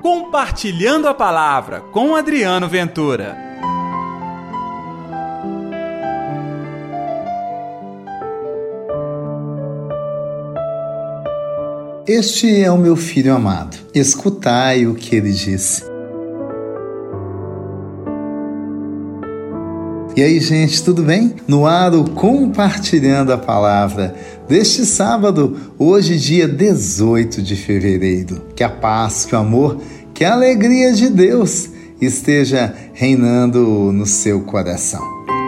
Compartilhando a Palavra com Adriano Ventura. Este é o meu filho amado, escutai o que ele disse. E aí, gente, tudo bem? No ar, o Compartilhando a Palavra deste sábado, hoje dia 18 de fevereiro. Que a paz, que o amor, que a alegria de Deus esteja reinando no seu coração.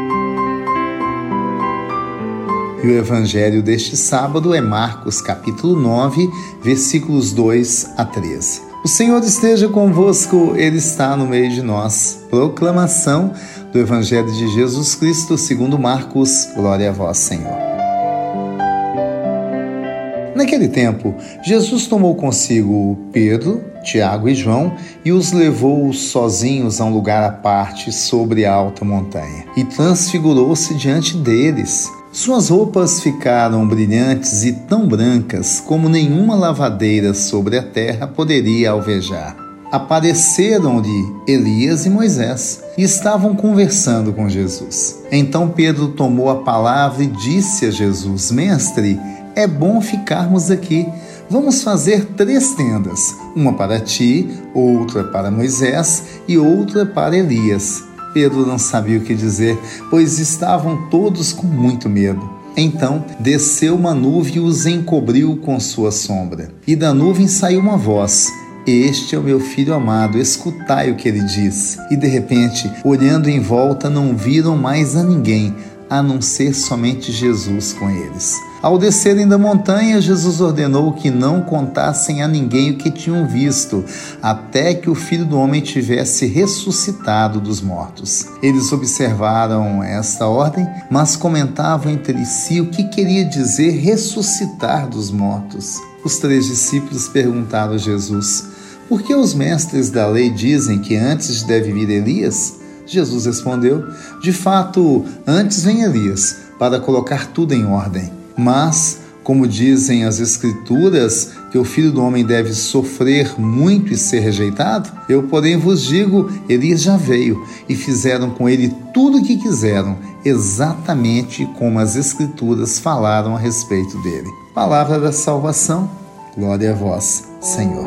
E o evangelho deste sábado é Marcos capítulo 9, versículos 2 a 13. O Senhor esteja convosco, Ele está no meio de nós. Proclamação do Evangelho de Jesus Cristo segundo Marcos. Glória a vós, Senhor. Naquele tempo, Jesus tomou consigo Pedro, Tiago e João e os levou sozinhos a um lugar à parte sobre a alta montanha. E transfigurou-se diante deles. Suas roupas ficaram brilhantes e tão brancas como nenhuma lavadeira sobre a terra poderia alvejar. Apareceram-lhe Elias e Moisés e estavam conversando com Jesus. Então Pedro tomou a palavra e disse a Jesus: Mestre, é bom ficarmos aqui. Vamos fazer 3 tendas, uma para ti, outra para Moisés e outra para Elias. Pedro não sabia o que dizer, pois estavam todos com muito medo. Então desceu uma nuvem e os encobriu com sua sombra. E da nuvem saiu uma voz: Este é o meu filho amado, escutai o que ele disse. E de repente, olhando em volta, não viram mais a ninguém, a não ser somente Jesus com eles. Ao descerem da montanha, Jesus ordenou que não contassem a ninguém o que tinham visto, até que o Filho do Homem tivesse ressuscitado dos mortos. Eles observaram esta ordem, mas comentavam entre si o que queria dizer ressuscitar dos mortos. Os 3 discípulos perguntaram a Jesus: Por que os mestres da lei dizem que antes deve vir Elias? Jesus respondeu: De fato, antes vem Elias, para colocar tudo em ordem. Mas, como dizem as Escrituras, que o Filho do Homem deve sofrer muito e ser rejeitado, eu, porém, vos digo, Elias já veio, e fizeram com ele tudo o que quiseram, exatamente como as Escrituras falaram a respeito dele. Palavra da salvação, glória a vós, Senhor.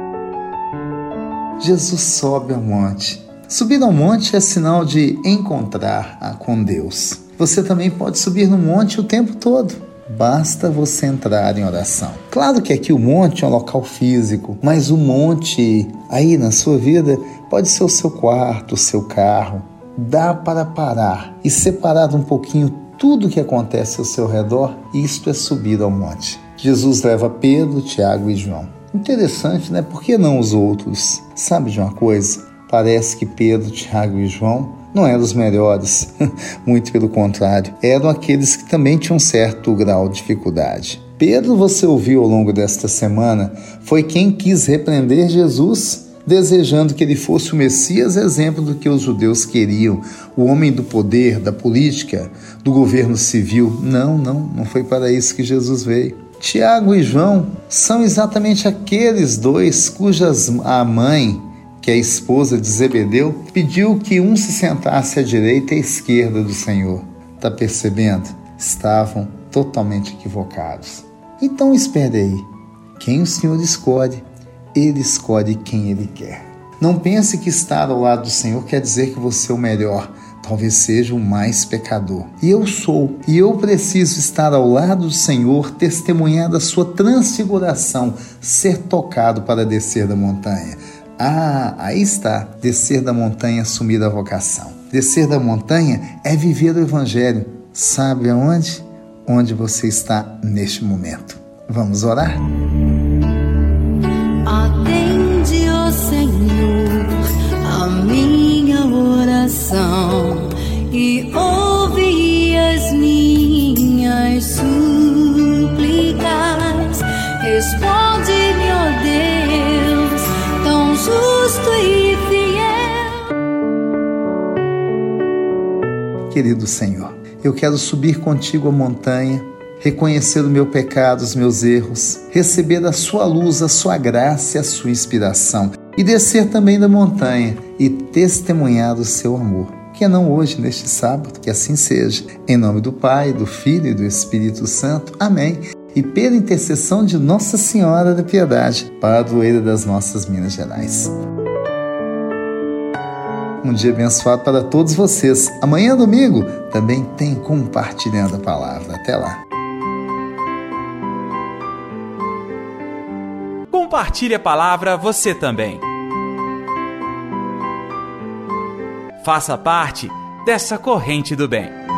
Jesus sobe ao monte. Subir ao monte é sinal de encontrar com Deus. Você também pode subir no monte o tempo todo. Basta você entrar em oração. Claro que aqui o monte é um local físico, mas o monte aí na sua vida pode ser o seu quarto, o seu carro. Dá para parar e separar um pouquinho tudo que acontece ao seu redor, e isto é subir ao monte. Jesus leva Pedro, Tiago e João. Interessante, né? Por que não os outros? Sabe de uma coisa? Parece que Pedro, Tiago e João não eram os melhores, muito pelo contrário, eram aqueles que também tinham um certo grau de dificuldade. Pedro, você ouviu ao longo desta semana, foi quem quis repreender Jesus, desejando que ele fosse o Messias, exemplo do que os judeus queriam, o homem do poder, da política, do governo civil. Não foi para isso que Jesus veio. Tiago e João são exatamente aqueles 2 cujas a mãe, que a esposa de Zebedeu, pediu que um se sentasse à direita e à esquerda do Senhor. Está percebendo? Estavam totalmente equivocados. Então espere aí. Quem o Senhor escolhe, Ele escolhe quem Ele quer. Não pense que estar ao lado do Senhor quer dizer que você é o melhor. Talvez seja o mais pecador. E eu sou. E eu preciso estar ao lado do Senhor, testemunhar da sua transfiguração, ser tocado para descer da montanha. Aí está, descer da montanha, assumir a vocação. Descer da montanha é viver o Evangelho. Sabe aonde? Onde você está neste momento. Vamos orar? Atende, ó Senhor, a minha oração e ouve as minhas súplicas. Responde-me, ó Deus, tão justo e fiel. Querido Senhor, eu quero subir contigo a montanha, reconhecer o meu pecado, os meus erros, receber a sua luz, a sua graça e a sua inspiração. e descer também da montanha e testemunhar o seu amor. Que não hoje, neste sábado, que assim seja. Em nome do Pai, do Filho e do Espírito Santo. Amém. E pela intercessão de Nossa Senhora da Piedade, padroeira das nossas Minas Gerais. Um dia abençoado para todos vocês. Amanhã, domingo, também tem Compartilhando a Palavra. Até lá. Compartilhe a palavra você também. Faça parte dessa corrente do bem.